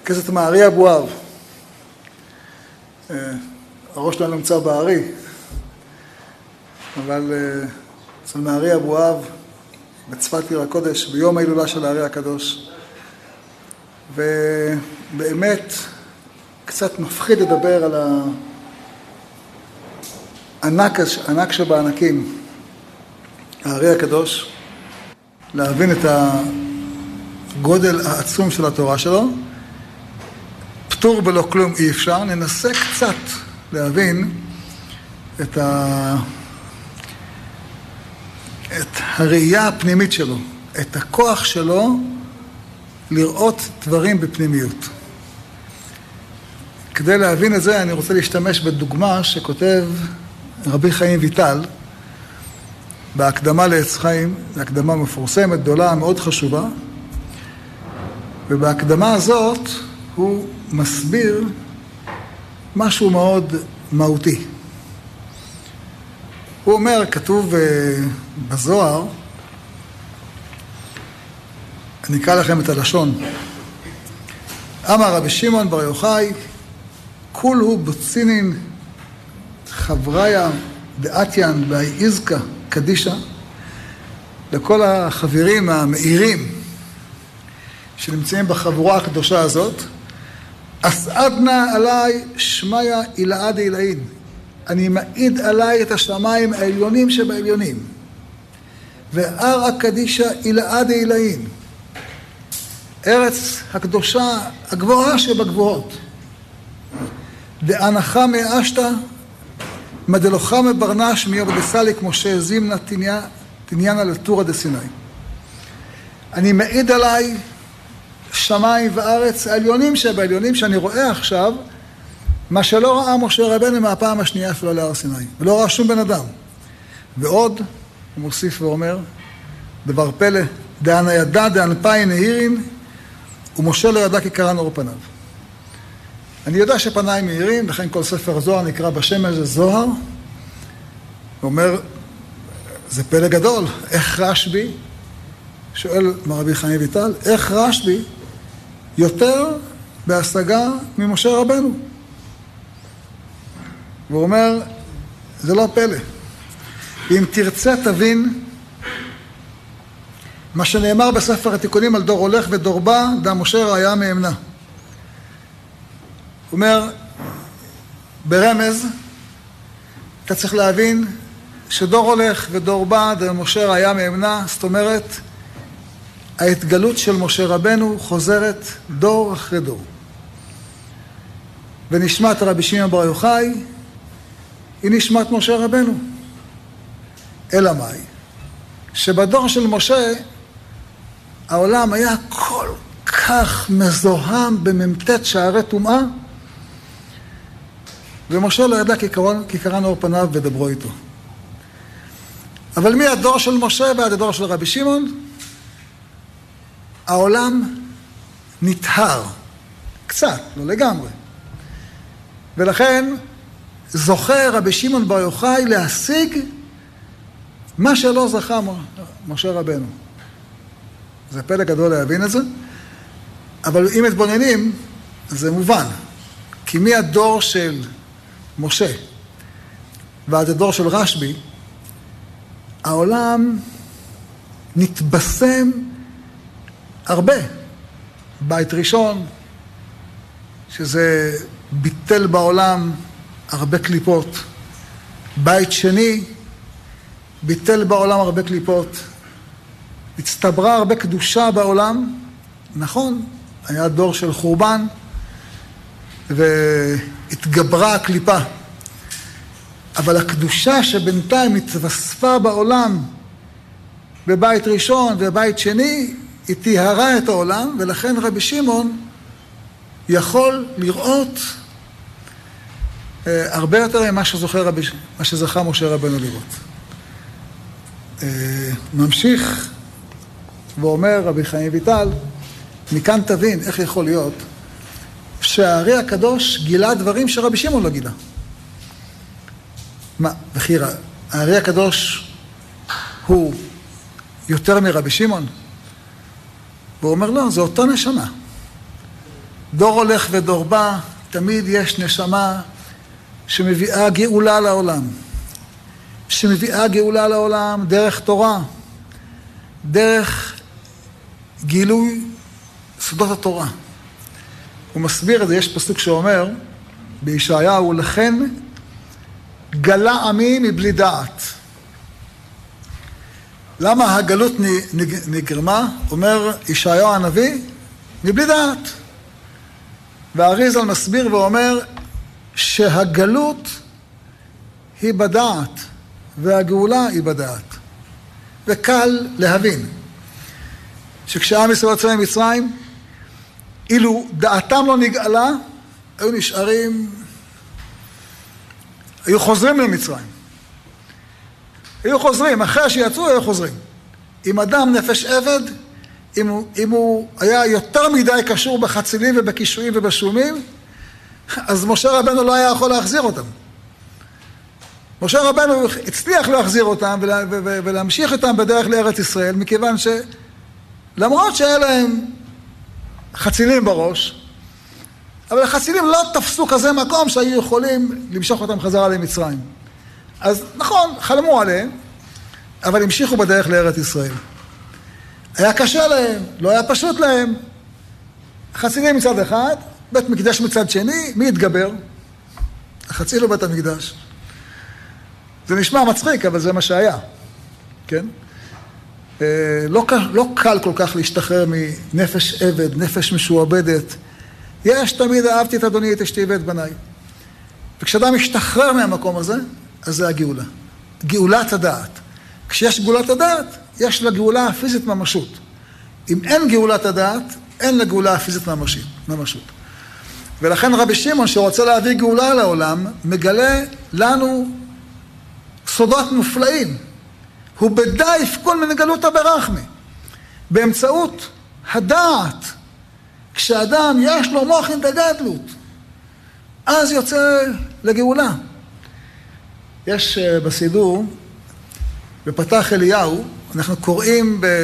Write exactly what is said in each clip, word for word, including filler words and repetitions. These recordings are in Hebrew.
כסת מערי אבואב. הראש שלנו נמצא בערי, אבל אצל מערי אבואב, בצפת עיר הקודש, ביום ההילולה של הערי הקדוש. ובאמת קצת מפחיד לדבר על הענק, הענק שבענקים, הערי הקדוש, להבין את הגודל העצום של התורה שלו. פטור בלא כלום אי אפשר, ננסה קצת להבין את, ה... את הראייה הפנימית שלו, את הכוח שלו לראות דברים בפנימיות. כדי להבין את זה אני רוצה להשתמש בדוגמה שכותב רבי חיים ויטל בהקדמה לעץ חיים, הקדמה מפורסמת, גדולה, מאוד חשובה, ובהקדמה הזאת הוא מסביר משהו מאוד מהותי. הוא אומר, כתוב בזוהר, אני אקרא לכם את הלשון. אמר רבי שמעון בר יוחאי, כולהו בוצינין חבריה דאתיין והאיזקה קדישה, לכל החברים המאירים שנמצאים בחבורה הקדושה הזאת, אסעדנה עליי שמיה אילעד אילעין. אני מעיד עליי את השמיים העליונים שבעליונים. ואר הקדישה אילעד אילעין. ארץ הקדושה הגבוהה שבגבוהות. דאנחה מאשתה, מדלוחה מברנש מיובדסליק משה זימנה תניאנה לטורה דסיני. אני מעיד עליי שמיים וארץ העליונים שבעליונים שאני רואה עכשיו, מה שלא ראה משה רבנו מהפעם השנייה אפילו על הר סיני, ולא ראה שום בן אדם. ועוד, הוא מוסיף ואומר, דבר פלא, דאנה ידע דאנפאי נהירין, ומשה לא ידע כי קרן אור פניו. אני יודע שפניי מהירים, לכן כל ספר זוהר נקרא בשם הזה זוהר. הוא אומר, זה פלא גדול, איך רשב"י, שואל מרבי חיים ויטל, איך רשב"י יותר בהשגה ממשה רבנו? והוא אומר, זה לא פלא. אם תרצה תבין מה שנאמר בספר התיקונים על דור הולך ודור בא, דה משה ראיה מאמנה. הוא אומר, ברמז, אתה צריך להבין שדור הולך ודור בא, דה משה ראיה מאמנה, זאת אומרת, ההתגלות של משה רבנו חוזרת דור אחרי דור. ונשמת רבי שמעון בר יוחאי היא נשמת משה רבנו. אלא מאי? שבדור של משה העולם היה כל כך מזוהם בממתת שערי טומאה, ומשה לא ידע כי קרן אור פניו ודברו איתו. אבל מהדור של משה ועד הדור של רבי שמעון, העולם נטהר, קצת, לא לגמרי. ולכן זוכה רבי שמעון בר יוחאי להשיג מה שלא זכה משה רבנו. זה פלא גדול להבין את זה, אבל אם מתבוננים, זה מובן. כי מהדור של משה ועד הדור של רשב"י, העולם נתבשם הרבה. בית ראשון, שזה ביטל בעולם הרבה קליפות. בית שני, ביטל בעולם הרבה קליפות. הצטברה הרבה קדושה בעולם. נכון, היה דור של חורבן, והתגברה הקליפה. אבל הקדושה שבינתיים התווספה בעולם, בבית ראשון ובבית שני, היא תיהרה את העולם, ולכן רבי שמעון יכול לראות אה, הרבה יותר ממה שזוכה רבי, מה שזכה משה רבנו לראות. אה, ממשיך ואומר רבי חיים ויטל, מכאן תבין איך יכול להיות שהארי הקדוש גילה דברים שרבי שמעון לא גילה. מה, בחירה, הארי הקדוש הוא יותר מרבי שמעון? והוא אומר, לא, זה אותה נשמה. דור הולך ודור בא, תמיד יש נשמה שמביאה גאולה לעולם. שמביאה גאולה לעולם דרך תורה, דרך גילוי סודות התורה. הוא מסביר את זה, יש פסוק שאומר, בישעיהו, לכן גלה עמי מבלי דעת. למה הגלות נגרמה? אומר ישעיהו הנביא, מבלי דעת. והאריז"ל מסביר ואומר שהגלות היא בדעת והגאולה היא בדעת. וקל להבין שכשעם ישראל יצא ממצרים, אילו דעתם לא נגאלה, היו נשארים, היו חוזרים למצרים. היו חוזרים, אחרי שיצאו היו חוזרים. אם אדם נפש עבד, אם הוא, אם הוא היה יותר מדי קשור בחצילים ובקישואים ובשומים, אז משה רבנו לא היה יכול להחזיר אותם. משה רבנו הצליח להחזיר אותם ולה, ו, ו, ולהמשיך אותם בדרך לארץ ישראל, מכיוון שלמרות שהיה להם חצילים בראש, אבל החצילים לא תפסו כזה מקום שהיו יכולים למשוך אותם חזרה למצרים. אז נכון, חלמו עליהם, אבל המשיכו בדרך לארץ ישראל. היה קשה להם, לא היה פשוט להם. החצילים מצד אחד, בית מקדש מצד שני, מי התגבר? החציל ובית המקדש. זה נשמע מצחיק, אבל זה מה שהיה. כן? לא, לא קל כל כך להשתחרר מנפש עבד, נפש משועבדת. יש תמיד אהבתי את אדוני, את אשתי ואת בניי. וכשאדם משתחרר מהמקום הזה, אז זה הגאולה. גאולת הדעת. כשיש גאולת הדעת, יש לה גאולה הפיזית ממשות. אם אין גאולת הדעת, אין לה גאולה הפיזית ממשות. ולכן רבי שמעון, שרוצה להביא גאולה לעולם, מגלה לנו סודות מופלאים. הוא בדי יפקון מנגלותא ברחמי. באמצעות הדעת, כשאדם יש לו מוחין דגדלות, אז יוצא לגאולה. יש בסידור, בפתח אליהו, אנחנו קוראים ב...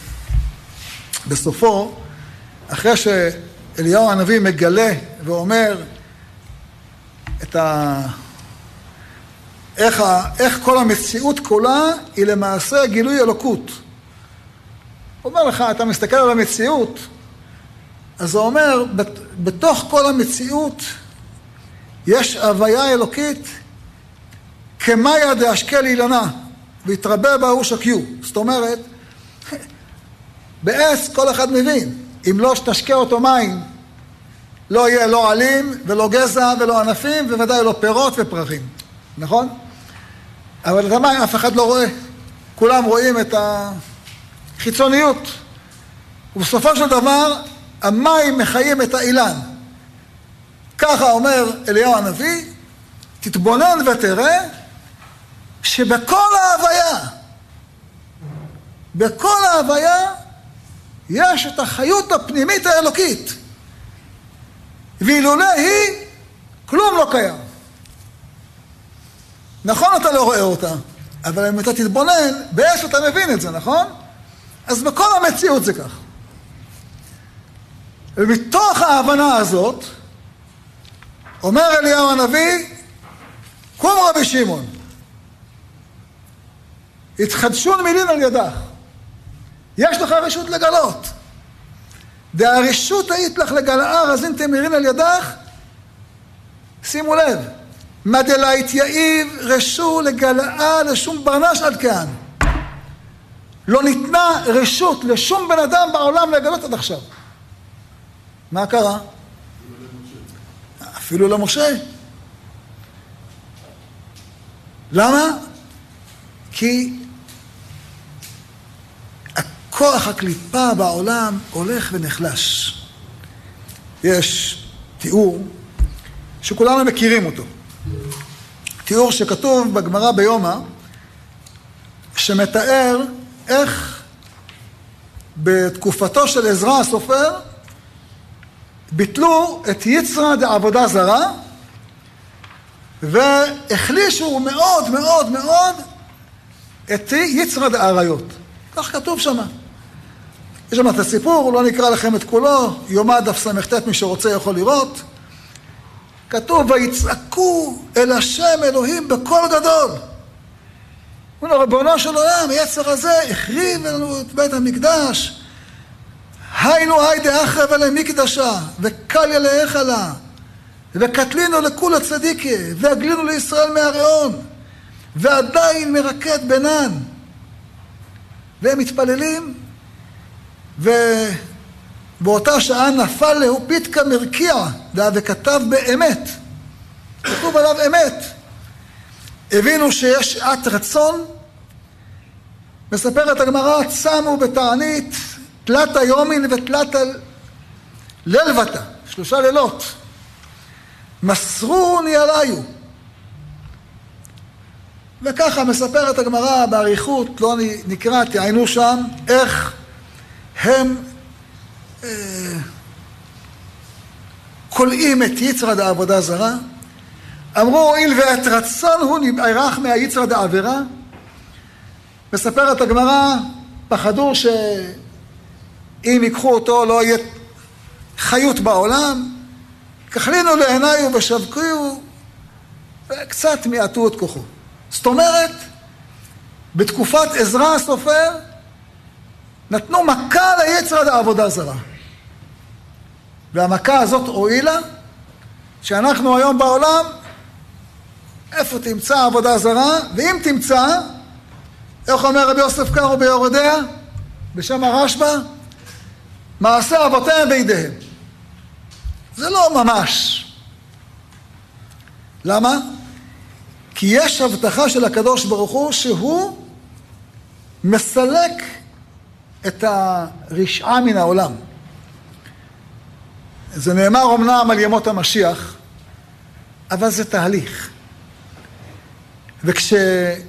בסופו, אחרי שאליהו הנביא מגלה ואומר את ה... איך, ה... איך כל המציאות כולה היא למעשה גילוי אלוקות. הוא אומר לך, אתה מסתכל על המציאות, אז הוא אומר, בתוך כל המציאות יש הוויה אלוקית כמיה דאשקל אילנה, והתרבה בה הוא שקיו. זאת אומרת, בעץ כל אחד מבין, אם לא שתשקה אותו מים, לא יהיה לא עלים ולא גזע ולא ענפים, וודאי לא פירות ופרחים. נכון? אבל את המים אף אחד לא רואה. כולם רואים את החיצוניות. ובסופו של דבר, המים מחיים את האילן. ככה אומר אליהו הנביא, תתבונן ותראה, שבכל ההוויה, בכל ההוויה, יש את החיות הפנימית האלוקית. ואילולא היא, כלום לא קיים. נכון, אתה לא רואה אותה, אבל אם אתה תתבונן, באש אתה מבין את זה, נכון? אז בכל המציאות זה כך. ומתוך ההבנה הזאת, אומר אליהו הנביא, קום רבי שמעון, התחדשון מילין על ידך. יש לך רשות לגלות. דהרשות היית לך לגלעה רזינתם מילין על ידך, שימו לב, מה דלה התייעיב רשו לגלעה לשום ברנש עד כאן. לא ניתנה רשות לשום בן אדם בעולם לגלות עד עכשיו. מה קרה? אפילו למשה. למה? כי הכוח הקליפה בעולם הולך ונחלש. יש תיאור שכולנו מכירים אותו. תיאור שכתוב בגמרא ביומא, שמתאר איך בתקופתו של עזרא הסופר ביטלו את יצרא דעבודה זרה והחלישו מאוד מאוד מאוד את יצרא דעריות. כך כתוב שם. יש שם את הסיפור, לא נקרא לכם את כולו, יומא דף ס"ט, מי שרוצה יכול לראות. כתוב, ויצעקו אל השם אלוהים בקול גדול. הוא אומר, ריבונו של עולם, היצר הזה החריב לנו את בית המקדש. היינו היי דאחרב אלי מקדשה, וקל ילאך לה, וקטלינו לכול הצדיקה, והגלינו לישראל מהריאון, ועדיין מרקד בינן. והם מתפללים, ובאותה שעה נפל להו פיתקא מרקיע, וכתב באמת, כתוב עליו אמת. הבינו שיש שעת רצון, מספרת הגמרא, צמו בתענית, תלת היומין ותלת ללבתה, שלושה לילות. מסרוני עליו. וככה מספרת הגמרא בעריכות, לא נקרא, תעיינו שם, איך הם אה, קולעים את יצרא דעבודה זרה. אמרו, איל ואת רצון הוא נערך מהיצרא דעבירה. מספרת הגמרא, פחדו שאם ייקחו אותו לא יהיה חיות בעולם, כחלינו לעיניו ושבקו, וקצת מעטו את כוחו. זאת אומרת, בתקופת עזרא הסופר, נתנו מכה ליצרא דעבודה זרה. והמכה הזאת הועילה, שאנחנו היום בעולם, איפה תמצא עבודה זרה, ואם תמצא, איך אומר רבי יוסף קארו ביורדיה, בשם הרשב"א, מעשה אבותיהם בידיהם. זה לא ממש. למה? כי יש הבטחה של הקדוש ברוך הוא שהוא מסלק את הרשעה מן העולם. זה נאמר אמנם על ימות המשיח, אבל זה תהליך. וכשהגמרא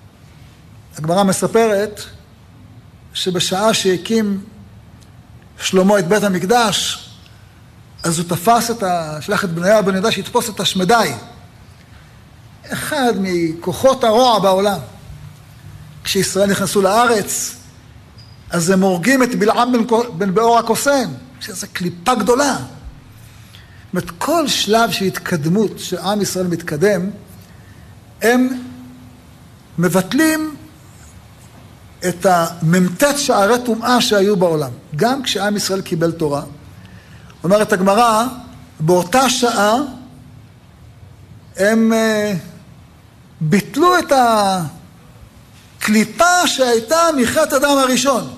מספרת שבשעה שהקים שלמה את בית המקדש, אז הוא תפס את ה... שלח את בניה בן יהודה שיתפוס את השמדי. אחד מכוחות הרוע בעולם. כשישראל נכנסו לארץ, אז הם הורגים את בלעם בן, בן באור הקוסם, שזו קליפה גדולה. זאת אומרת, כל שלב של התקדמות שעם ישראל מתקדם, הם מבטלים את הממתת שערי טומאה שהיו בעולם. גם כשעם ישראל קיבל תורה, אומרת הגמרא, באותה שעה הם ביטלו את הקליפה שהייתה מחטא אדם הראשון.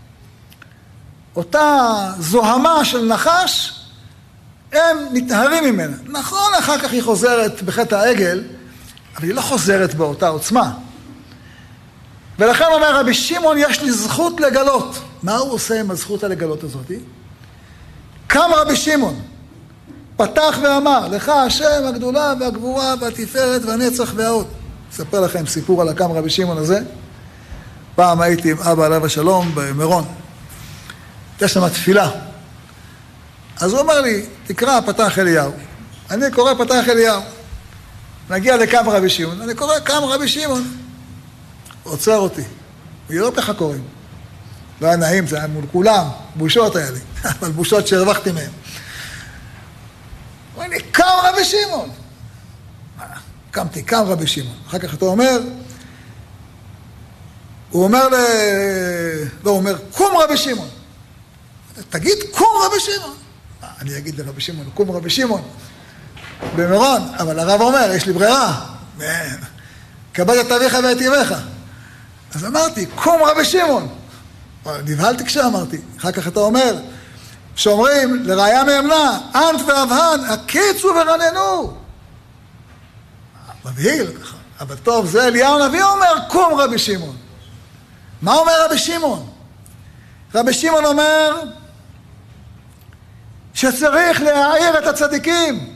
אותה זוהמה של נחש, הם נטהרים ממנה. נכון, אחר כך היא חוזרת בחטא העגל, אבל היא לא חוזרת באותה עוצמה. ולכן אומר רבי שמעון, יש לי זכות לגלות. מה הוא עושה עם הזכות הלגלות הזאת? קם רבי שמעון, פתח ואמר, לך השם הגדולה והגבורה והתפארת והנצח וההוד. אספר לכם סיפור על הקם רבי שמעון הזה. פעם הייתי עם אבא עליו השלום במירון. יש שם תפילה. אז הוא אומר לי, תקרא פתח אליהו. אני קורא פתח אליהו. נגיע לקם רבי שמעון. אני קורא קם רבי שמעון. עוצר אותי. ויראות לך קוראים. לא היה נעים, זה היה מול כולם. בושות היה לי. אבל בושות שהרווחתי מהם. הוא אומר לי, קם רבי שמעון. קמתי, קם רבי שמעון. אחר כך אתה אומר, הוא אומר ל... לא, הוא אומר, קום רבי שמעון. תגיד, קום רבי שמעון. אני אגיד לרבי שמעון, קום רבי שמעון. במירון, אבל הרב אומר, יש לי ברירה. כבד את אביך ואת אמך. אז אמרתי, קום רבי שמעון. נבהלתי כשאמרתי. אחר כך אתה אומר, שאומרים, לראיה מאמנה, אנט ואבהן, הקיצו ורננו. מבהיל ככה. אבל טוב, זה אליהו הנביא אומר, קום רבי שמעון. מה אומר רבי שמעון? רבי שמעון אומר, שצריך להעיר את הצדיקים.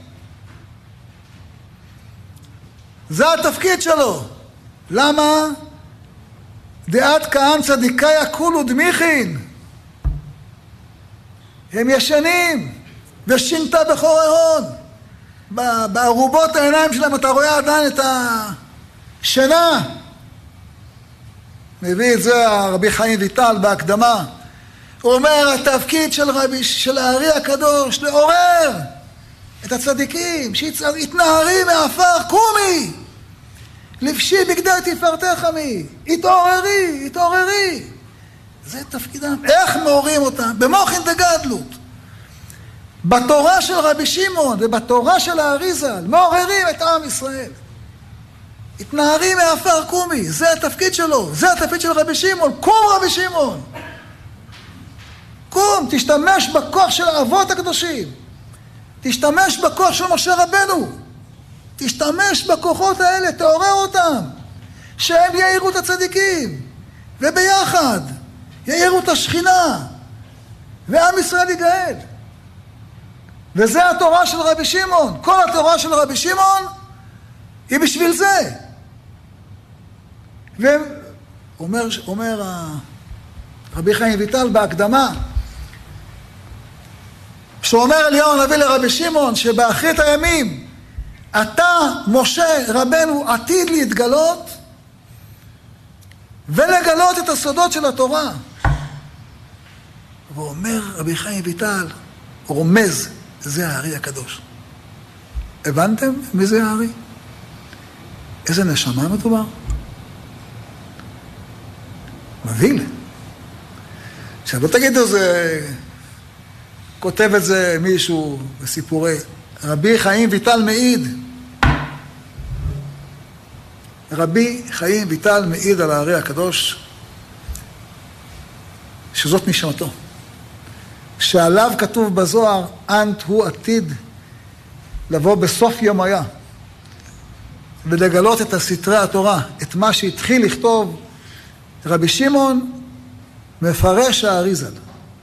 זה התפקיד שלו. למה? דעת כהן צדיקאי הכולו דמיכין. הם ישנים, ושינתה בחור ההון. בערובות העיניים שלהם אתה רואה עדיין את השינה. מביא את זה הרבי חיים ויטל בהקדמה. הוא אומר, התפקיד של רבי, של הארי הקדוש, לעורר את הצדיקים, שיתנערי מעפר, קומי, לבשי בגדי תפארתך עמי, התעוררי, התעוררי. זה תפקידם. איך מעוררים אותם? במוחין דגדלות. בתורה של רבי שמעון ובתורה של הארי ז"ל, מעוררים את עם ישראל. התנערי מעפר, קומי, זה התפקיד שלו, זה התפקיד של רבי שמעון, קום רבי שמעון. קום, תשתמש בכוח של האבות הקדושים. תשתמש בכוח של משה רבנו. תשתמש בכוחות האלה, תעורר אותם. שהם יאירו את הצדיקים. וביחד יאירו את השכינה. ועם ישראל יגאל. וזה התורה של רבי שמעון. כל התורה של רבי שמעון היא בשביל זה. ואומר אומר רבי חיים ויטל בהקדמה, שאומר אליהו הנביא לרבי שמעון שבאחרית הימים אתה, משה רבנו, עתיד להתגלות ולגלות את הסודות של התורה. ואומר רבי חיים ויטל, רומז, זה הארי הקדוש. הבנתם מי זה הארי? איזה נשמה מדובר? מבהיל. עכשיו לא תגידו זה, כותב את זה מישהו בסיפורי. רבי חיים ויטל מעיד. רבי חיים ויטל מעיד על הארי הקדוש, שזאת נשמתו. שעליו כתוב בזוהר, אנט הוא עתיד לבוא בסוף ימיה, ולגלות את הסתרי התורה, את מה שהתחיל לכתוב רבי שמעון, מפרש הארי ז"ל.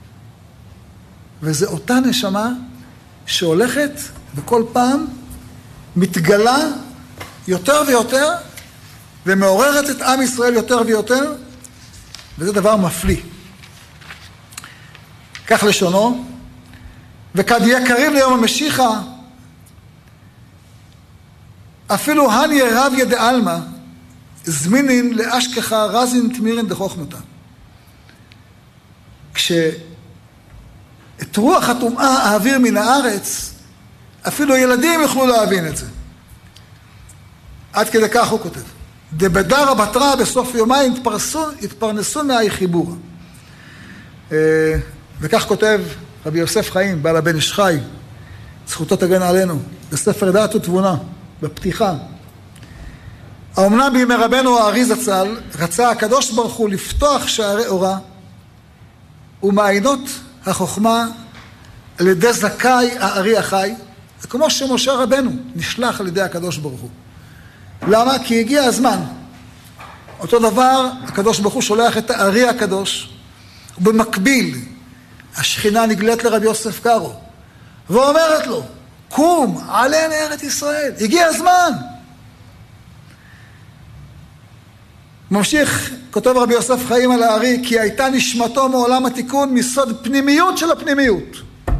וזה אותה נשמה שהולכת בכל פעם מתגלה יותר ויותר, ומעוררת את עם ישראל יותר ויותר, וזה דבר מפליא. כך לשונו, וכד יהיה קריב ליום המשיחה, אפילו הניה רב ידי אלמה, זמינין לאשכחה רזין תמירין דחוכמתה. כשאת רוח הטומאה האוויר מן הארץ, אפילו ילדים יוכלו להבין את זה. עד כדי כך הוא כותב. דבדרה בתרה בסוף יומיים התפרנסו מהי חיבורה. וכך כותב רבי יוסף חיים, בעל הבן איש חי, זכותו תגן עלינו, בספר דעת ותבונה, בפתיחה. האמנם בימי רבנו הארי זצ"ל, רצה הקדוש ברוך הוא לפתוח שערי אורה, ומעיינות החוכמה על ידי זכאי הארי החי, כמו שמשה רבנו נשלח על ידי הקדוש ברוך הוא. למה? כי הגיע הזמן. אותו דבר, הקדוש ברוך הוא שולח את הארי הקדוש, ובמקביל, השכינה נגלית לרבי יוסף קארו, ואומרת לו, קום, עלה לארץ ישראל, הגיע הזמן. ממשיך, כותב רבי יוסף חיים על הארי, כי הייתה נשמתו מעולם התיקון מסוד פנימיות של הפנימיות.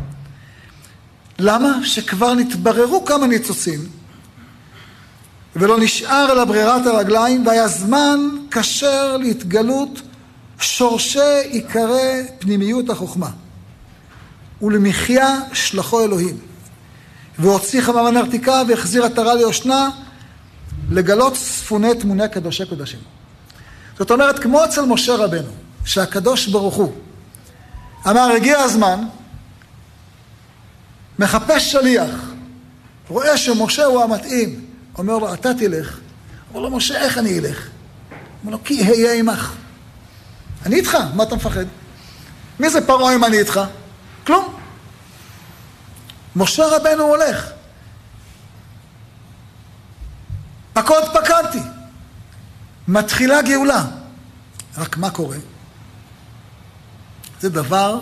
למה? שכבר נתבררו כמה ניצוצים, ולא נשאר אלא ברירת הרגליים, והיה זמן קשר להתגלות שורשי עיקרי פנימיות החוכמה. ולמחיה שלחו אלוהים. והוציא חמה מנרתיקה והחזיר עטרה ליושנה, לגלות ספוני תמוני קדושי קודשים. זאת אומרת, כמו אצל משה רבנו, שהקדוש ברוך הוא אמר, הגיע הזמן, מחפש שליח, רואה שמשה הוא המתאים, אומר לו, אתה תלך. אומר לו, משה, איך אני אלך? אומר לו, כי היה עמך. אני איתך, מה אתה מפחד? מי זה פרעה אם אני איתך? כלום. משה רבנו הולך. פקוד פקדתי. מתחילה גאולה. רק מה קורה? זה דבר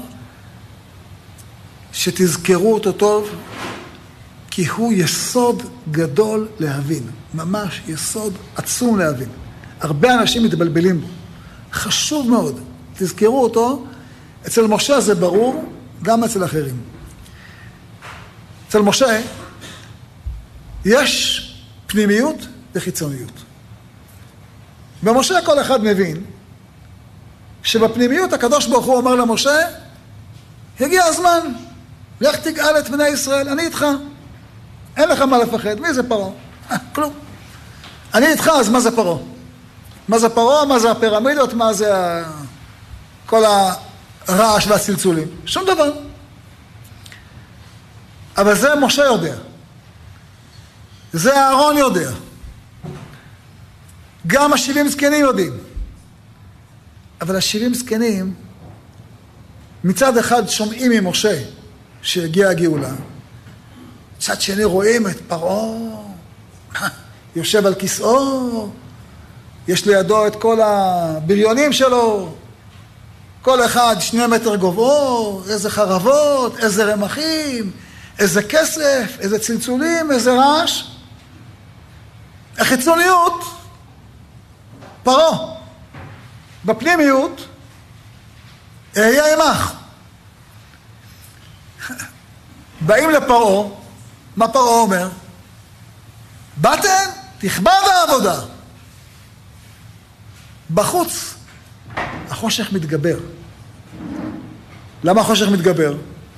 שתזכרו אותו טוב, כי הוא יסוד גדול להבין. ממש יסוד עצום להבין. הרבה אנשים מתבלבלים בו. חשוב מאוד. תזכרו אותו. אצל משה זה ברור, גם אצל אחרים. אצל משה יש פנימיות וחיצוניות. במשה כל אחד מבין שבפנימיות הקדוש ברוך הוא אומר למשה, הגיע הזמן, לך תגאל את בני ישראל, אני איתך. אין לך מה לפחד, מי זה פרעה? כלום. אני איתך, אז מה זה פרעה? מה זה פרעה? מה זה הפירמידות? מה זה ה... כל הרעש והצלצולים? שום דבר. אבל זה משה יודע. זה אהרון יודע. גם השבעים זקנים יודעים. אבל השבעים זקנים מצד אחד שומעים ממשה שהגיע הגאולה, מצד שני רואים את פרעה יושב על כיסאו, יש לידו את כל הבריונים שלו, כל אחד שני מטר גובהו, איזה חרבות, איזה רמחים, איזה כסף, איזה צלצולים, איזה רעש. החיצוניות, פרעה. בפנימיות, אהיה עמך. באים לפרעה, מה פרעה אומר? באתם, תכבד העבודה. בחוץ, החושך מתגבר. למה החושך מתגבר?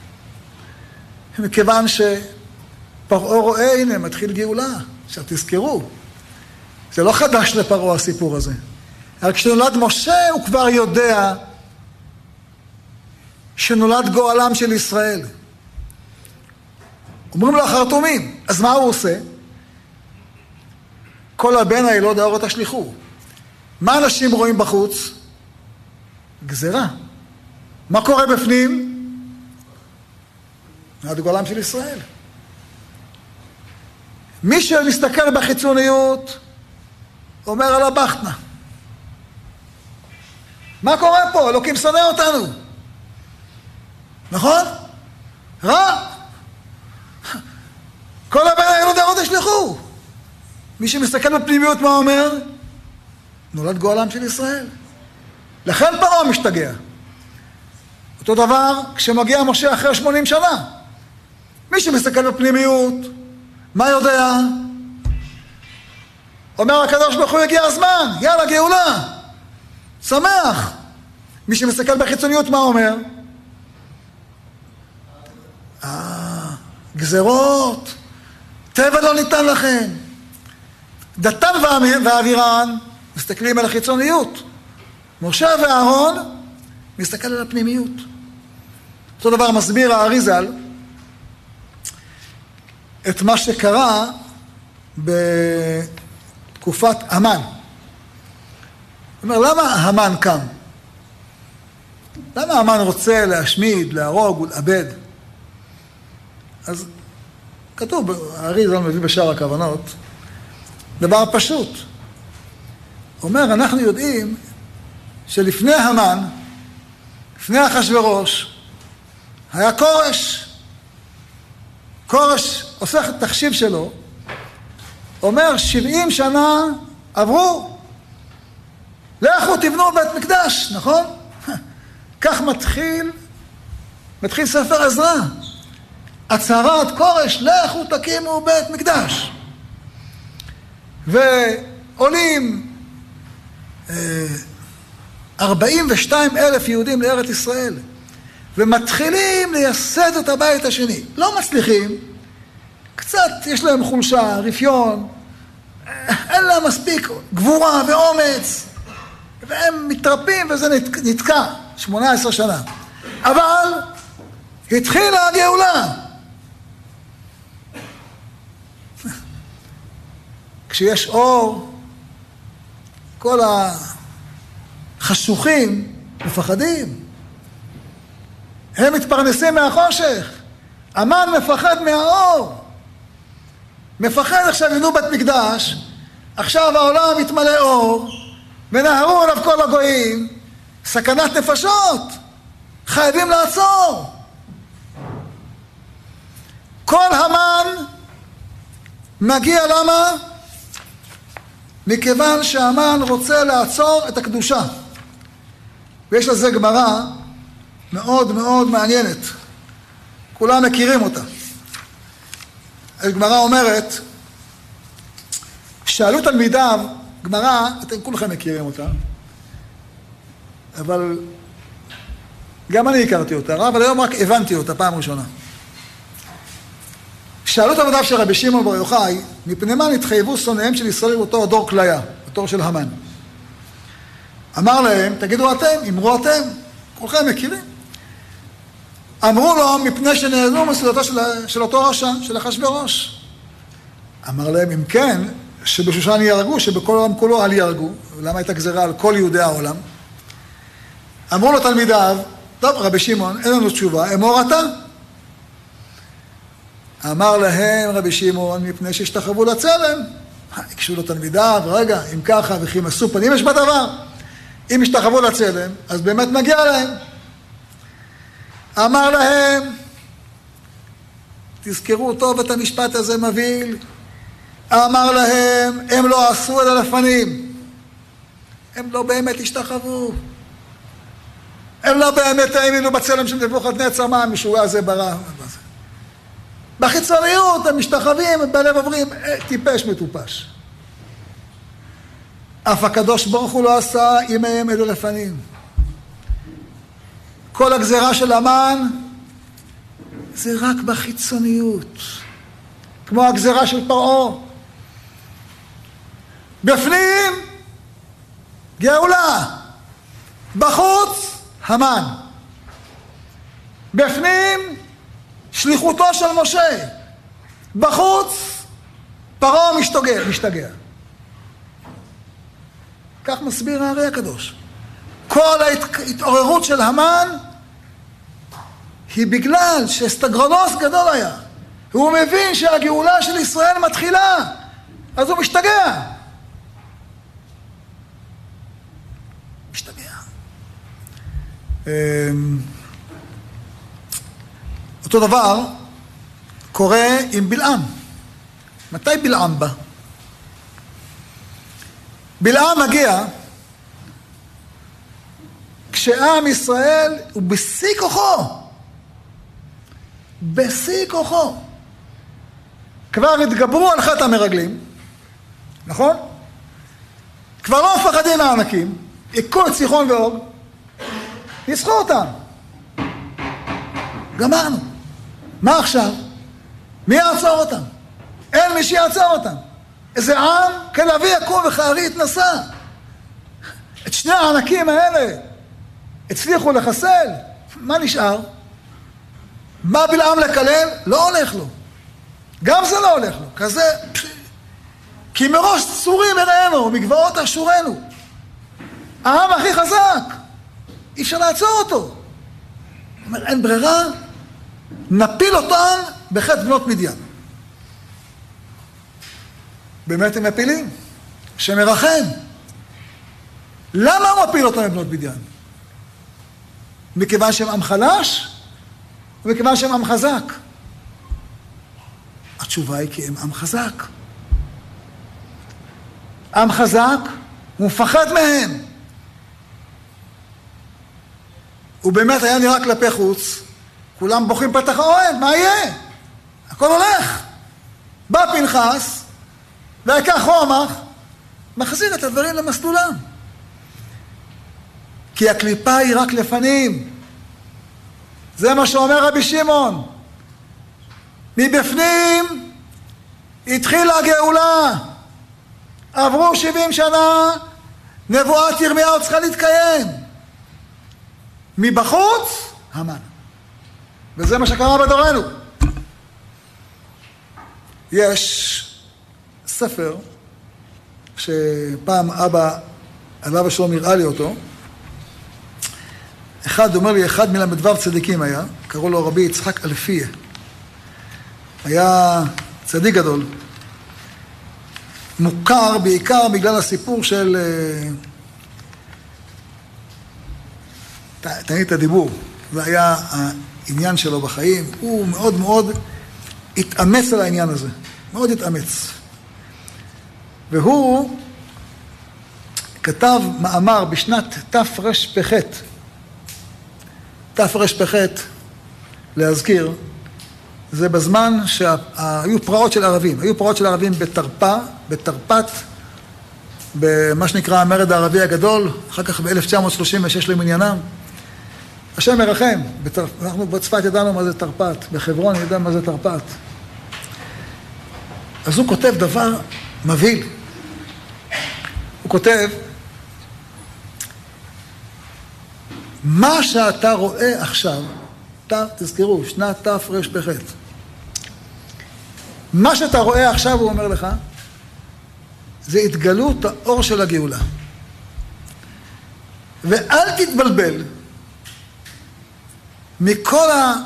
מכיוון שפרעה רואה, הנה, מתחיל גאולה. עכשיו תזכרו, זה לא חדש לפרעה הסיפור הזה. אבל כשנולד משה הוא כבר יודע שנולד גואלם של ישראל. אומרים לו החרטומים, אז מה הוא עושה? כל הבן הילוד האור תשליכו. מה אנשים רואים בחוץ? גזרה. מה קורה בפנים? נולד גואלם של ישראל. מי שמסתכל בחיצוניות אומר על הבחתנה. מה קורה פה? אלוקים שונא אותנו. נכון? רע? כל הבן הילוד האור תשליכו. מי שמסתכל בפנימיות מה אומר? נולד גואלם של ישראל. לכן פרעה משתגע. אותו דבר כשמגיע משה אחרי שמונים שנה. מי שמסתכל בפנימיות, מה יודע? אומר הקדוש ברוך הוא, הגיע הזמן, יאללה גאולה. שמח. מי שמסתכל בחיצוניות מה אומר? אה, גזרות. טבע לא ניתן לכם. דתן ואבירן מסתכלים על החיצוניות. משה ואהרון מסתכל על הפנימיות. אותו דבר מסביר האריזל את מה שקרה בתקופת המן. הוא אומר, למה המן קם? למה המן רוצה להשמיד, להרוג ולאבד? אז כתוב, האריזל מביא בשאר הכוונות, דבר פשוט. הוא אומר, אנחנו יודעים שלפני המן, לפני אחשוורוש, היה קורש. קורש עושה את תחשיב שלו, אומר, שבעים שנה עברו, לכו תבנו בית מקדש, נכון? כך מתחיל, מתחיל ספר עזרא. הצהרת קורש, לכו תקימו בית מקדש. ועולים ארבעים ושתיים אלף יהודים לארץ ישראל, ומתחילים לייסד את הבית השני. לא מצליחים, קצת יש להם חולשה, רפיון, אין להם מספיק גבורה ואומץ, והם מתרפים וזה נתקע, שמונה עשרה שנה. אבל התחילה הגאולה. כשיש אור, כל החשוכים מפחדים. הם מתפרנסים מהחושך. המן מפחד מהאור. מפחד עכשיו יבנו בית מקדש, עכשיו העולם מתמלא אור, ונהרו עליו כל הגויים, סכנת נפשות. חייבים לעצור. כל המן מגיע למה? מכיוון שהמן רוצה לעצור את הקדושה. ויש לזה גמרא מאוד מאוד מעניינת. כולם מכירים אותה. הגמרא אומרת, שאלו תלמידיו, גמרא, אתם כולכם מכירים אותה, אבל גם אני הכרתי אותה, אבל היום רק הבנתי אותה פעם ראשונה. שאלו את עבודיו של רבי שמעון בר יוחאי, מפני מה נתחייבו שונאיהם של ישראל באותו הדור כליה, בתור של המן. אמר להם, תגידו אתם, אמרו אתם, כולכם מכירים. אמרו לו, מפני שנהנו מסעודתו של, של אותו רשע, של אחשוורוש. אמר להם, אם כן, שבשושן יהרגו, שבכל העולם כולו אל יהרגו. למה הייתה גזרה על כל יהודי העולם? אמרו לו תלמידיו, טוב, רבי שמעון, אין לנו תשובה, אמור אתה. אמר להם רבי שמעון, מפני שהשתחוו לצלם. הקשו לו תלמידיו, רגע, אם ככה וכי משוא פנים יש בדבר. אם השתחוו לצלם, אז באמת מגיע להם. אמר להם, תזכרו טוב את המשפט הזה מבהיל, אמר להם, הם לא עשו אלא לפנים. הם לא באמת השתחוו. הם לא באמת האמינו בצלם של נבוכדנצר, מה המשוגע הזה ברא. בחיצוניות הם משתחווים, בלב עוברים, טיפש מטופש. אף הקדוש ברוך הוא לא עשה ימיהם אלו לפנים. כל הגזרה של המן זה רק בחיצוניות. כמו הגזרה של פרעה. בפנים, גאולה. בחוץ, המן. בפנים, שליחותו של משה. בחוץ, פרעה משתגע, משתגע. כך מסביר הארי הקדוש. כל ההתעוררות של המן היא בגלל שסטגרונוס גדול היה. הוא מבין שהגאולה של ישראל מתחילה, אז הוא משתגע. משתגע. אותו דבר קורה עם בלעם. מתי בלעם בא? בלעם מגיע כשעם ישראל הוא בשיא כוחו. בשיא כוחו. כבר התגברו על חטא המרגלים, נכון? כבר לא מפחדים מהענקים, עיקו את סיחון ואוג, ניסחו אותם. גמרנו. מה עכשיו? מי יעצור אותם? אין מי שיעצור אותם. איזה עם כלביא יקום וכארי התנסה. את שני הענקים האלה הצליחו לחסל. מה נשאר? מה בלעם לקלל? לא הולך לו. גם זה לא הולך לו. כזה, כי מראש צורים הראינו, מגבעות אשורנו. העם הכי חזק. אי אפשר לעצור אותו. אומר, אין ברירה, נפיל אותם בחטא בנות מדיין. באמת הם מפילים, שמרחם. למה הוא מפיל אותם בבנות מדיין? מכיוון שהם עם חלש, ומכיוון שהם עם חזק. התשובה היא כי הם עם חזק. עם חזק, הוא מפחד מהם. הוא באמת היה נראה כלפי חוץ, כולם בוכים פתח האוהל, מה יהיה? הכל הולך. בא פנחס, ויקח רומח, מחזיר את הדברים למסלולם. כי הקליפה היא רק לפנים. זה מה שאומר רבי שמעון. מבפנים התחילה הגאולה. עברו שבעים שנה, נבואת ירמיהו צריכה להתקיים. מבחוץ, המן. וזה מה שקרה בדורנו. יש ספר שפעם אבא, אבא שלום הראה לי אותו. אחד אומר לי, אחד מלמדבר צדיקים היה, קראו לו רבי יצחק אלפיה. היה צדיק גדול. מוכר בעיקר בגלל הסיפור של... תענית את הדיבור. זה היה העניין שלו בחיים. הוא מאוד מאוד התאמץ על העניין הזה. מאוד התאמץ. והוא כתב מאמר בשנת תרפ"ח. תרפ"ח, להזכיר, זה בזמן שהיו פרעות של ערבים. היו פרעות של ערבים בתרפ"א, בתרפ"ט, במה שנקרא המרד הערבי הגדול, אחר כך ב-אלף תשע מאות שלושים ושש למניינם. השם מרחם, אנחנו בצפת ידענו מה זה תרפ"ט, בחברון ידע מה זה תרפ"ט. אז הוא כותב דבר מבהיל. הוא כותב, מה שאתה רואה עכשיו, תזכרו, שנת תרפ"ח, מה שאתה רואה עכשיו, הוא אומר לך, זה התגלות האור של הגאולה. ואל תתבלבל מכל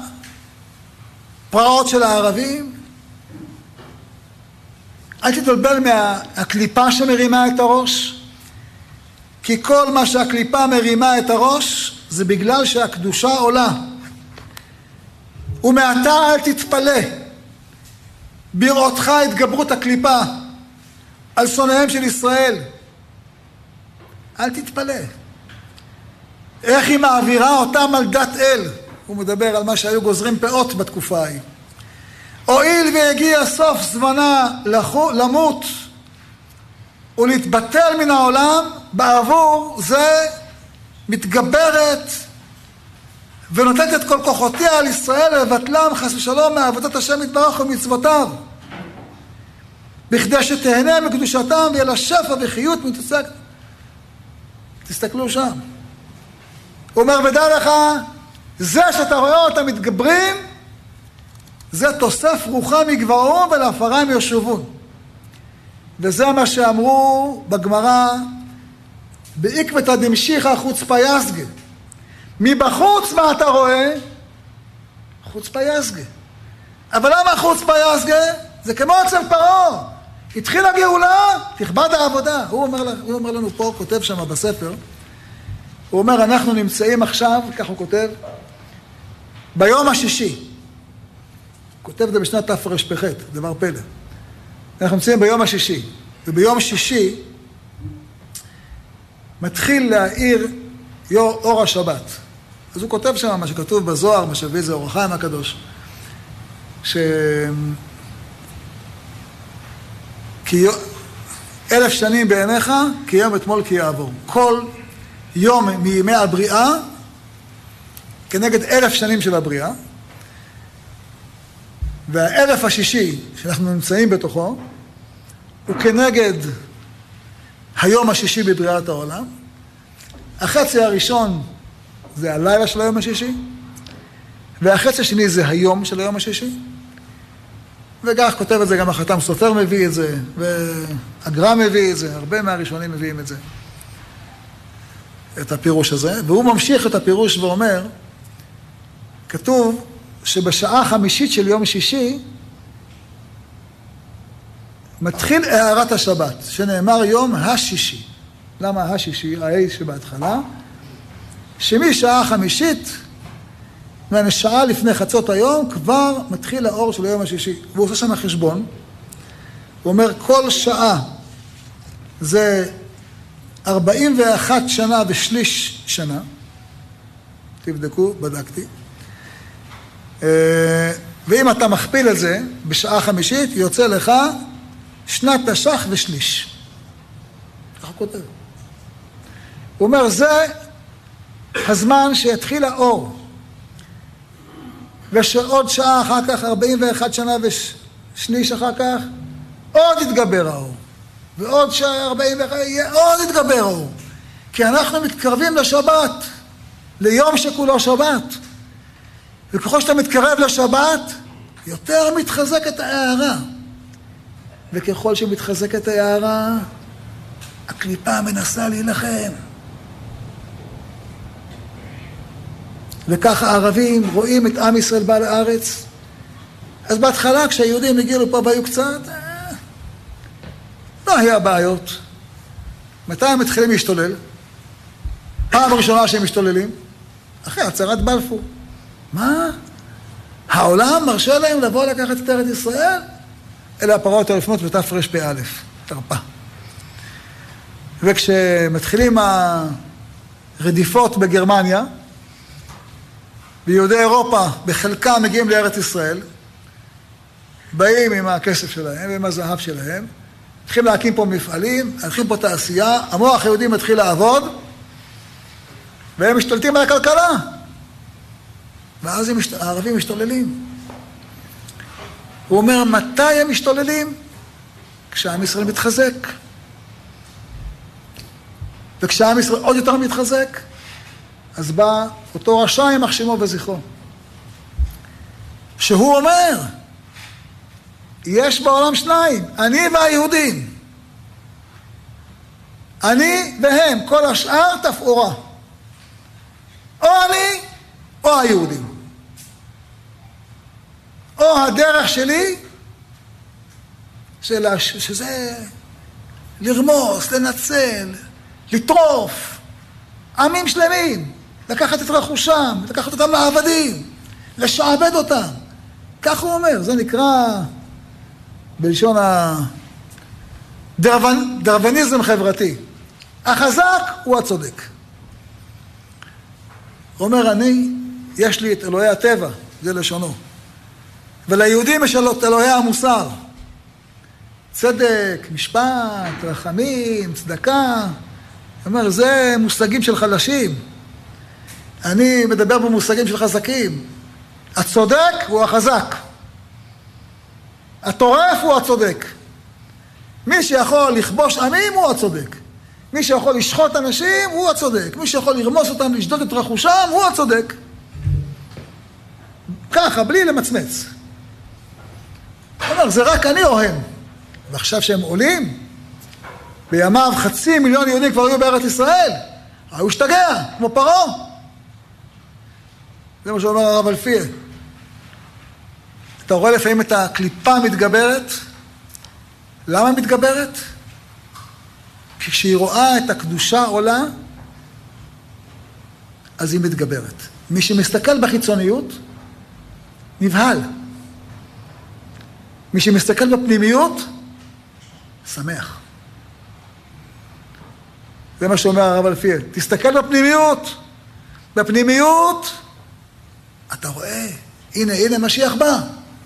הפרעות של הערבים, אל תתבלבל מהקליפה שמרימה את הראש, כי כל מה שהקליפה מרימה את הראש, זה בגלל שהקדושה עולה. ומעתה אל תתפלא, בראותך התגברות הקליפה על שונאיהם של ישראל. אל תתפלא. איך היא מעבירה אותם על דת אל? הוא מדבר על מה שהיו גוזרים פאות בתקופה ההיא. הואיל והגיע סוף זמנה למות ולהתבטל מן העולם, בעבור זה מתגברת ונותנת את כל כוחותיה על ישראל לבטלם חס ושלום מעבודת השם יתברך ומצוותיו, בכדי שתהנה מקדושתם ויהיה לה שפע וחיות מתעסק. תסתכלו שם. הוא אומר, ודע לך, זה שאתה רואה אותם מתגברים, זה תוסף רוחה מגבעון ולעפרם יושבון. וזה מה שאמרו בגמרא, בעקבתא דמשיחא חוצפא יסגא. מבחוץ מה אתה רואה? חוצפא יסגא. אבל למה חוצפא יסגא? זה כמו אצל פרעה. התחילה גאולה, תכבד העבודה. הוא אומר, הוא אומר לנו פה, כותב שם בספר, הוא אומר, אנחנו נמצאים עכשיו, כך הוא כותב, ביום השישי. כותב את זה בשנת תרפ"ח, דבר פלא. אנחנו נמצאים ביום השישי, וביום שישי מתחיל להאיר אור השבת. אז הוא כותב שם מה שכתוב בזוהר, מה שהביא זה אור החיים הקדוש, ש... כי אלף שנים בעיניך, כי יום אתמול כי יעבור. כל יום מימי הבריאה, כנגד אלף שנים של הבריאה, והאלף השישי שאנחנו נמצאים בתוכו, הוא כנגד היום השישי בבריאת העולם. החצי הראשון זה הלילה של היום השישי, והחצי השני זה היום של היום השישי. וכך כותב את זה גם החתם סופר מביא את זה, והגר"א מביא את זה, הרבה מהראשונים מביאים את זה, את הפירוש הזה. והוא ממשיך את הפירוש ואומר, כתוב שבשעה החמישית של יום שישי מתחיל הערת השבת, שנאמר יום השישי. למה השישי? ההי שבהתחלה, שמשעה חמישית, מהשעה לפני חצות היום, כבר מתחיל האור של היום השישי. והוא עושה שם חשבון, הוא אומר כל שעה זה ארבעים ואחת שנה ושליש שנה, תבדקו, בדקתי, ואם אתה מכפיל את זה בשעה חמישית, יוצא לך שנת תש"ח ושליש. כך הוא כותב. הוא אומר, זה הזמן שהתחיל האור, ושעוד שעה אחר כך, ארבעים ואחת שנה ושליש אחר כך, עוד יתגבר האור. ועוד שעה ארבעים ואחת, יהיה עוד יתגבר האור. כי אנחנו מתקרבים לשבת, ליום שכולו שבת. וככל שאתה מתקרב לשבת, יותר מתחזקת ההערה. וככל שמתחזקת ההערה, הקליפה מנסה להילחם. וכך הערבים רואים את עם ישראל בא לארץ. אז בהתחלה כשהיהודים הגיעו לפה והיו קצת, לא היה בעיות. מתי הם מתחילים להשתולל? פעם ראשונה שהם משתוללים, אחרי הצהרת בלפור. מה? העולם מרשה להם לבוא לקחת את ארץ ישראל? אלה הפרעות הראשונות בתרפ"א, תרפ"א. וכשמתחילים הרדיפות בגרמניה, ויהודי אירופה בחלקם מגיעים לארץ ישראל, באים עם הכסף שלהם ועם הזהב שלהם, מתחילים להקים פה מפעלים, הולכים פה תעשייה, המוח היהודי מתחיל לעבוד, והם משתלטים על הכלכלה. ואז הם, הערבים משתוללים. הוא אומר, מתי הם משתוללים? כשעם ישראל מתחזק. וכשעם ישראל עוד יותר מתחזק, אז בא אותו רשע יימח שמו וזכרו. שהוא אומר, יש בעולם שניים, אני והיהודים. אני והם, כל השאר תפאורה. או אני, או היהודים. או הדרך שלי, של, שזה לרמוס, לנצל, לטרוף, עמים שלמים, לקחת את רכושם, לקחת אותם לעבדים, לשעבד אותם. כך הוא אומר, זה נקרא בלשון הדרווניזם חברתי. החזק הוא הצודק. הוא אומר, אני, יש לי את אלוהי הטבע, זה לשונו. וליהודים יש את אלוהי המוסר. צדק, משפט, רחמים, צדקה. הוא אומר, זה מושגים של חלשים. אני מדבר במושגים של חזקים. הצודק הוא החזק. הטורף הוא הצודק. מי שיכול לכבוש עמים הוא הצודק. מי שיכול לשחוט אנשים הוא הצודק. מי שיכול לרמוס אותם, לשדוד את רכושם, הוא הצודק. ככה, בלי למצמץ. הוא אומר, זה רק אני או הם. ועכשיו שהם עולים, בימיו חצי מיליון יהודים כבר היו בארץ ישראל, היו השתגע, כמו פרעה. זה מה שאומר הרב אלפיה. אתה רואה לפעמים את הקליפה מתגברת. למה מתגברת? כי כשהיא רואה את הקדושה עולה, אז היא מתגברת. מי שמסתכל בחיצוניות, נבהל. מי שמסתכל בפנימיות, שמח. זה מה שאומר הרב אלפיה. תסתכל בפנימיות. בפנימיות, אתה רואה, הנה, הנה משיח בא.